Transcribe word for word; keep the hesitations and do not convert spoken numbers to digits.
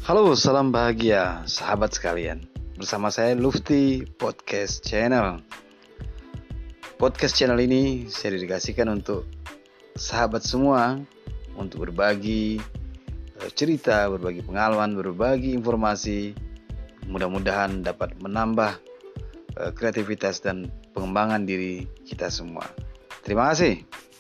Halo, salam bahagia sahabat sekalian. Bersama saya Lufti Podcast Channel. Podcast channel ini saya dedikasikan untuk sahabat semua, untuk berbagi cerita, berbagi pengalaman, berbagi informasi. Mudah-mudahan dapat menambah kreativitas dan pengembangan diri kita semua. Terima kasih.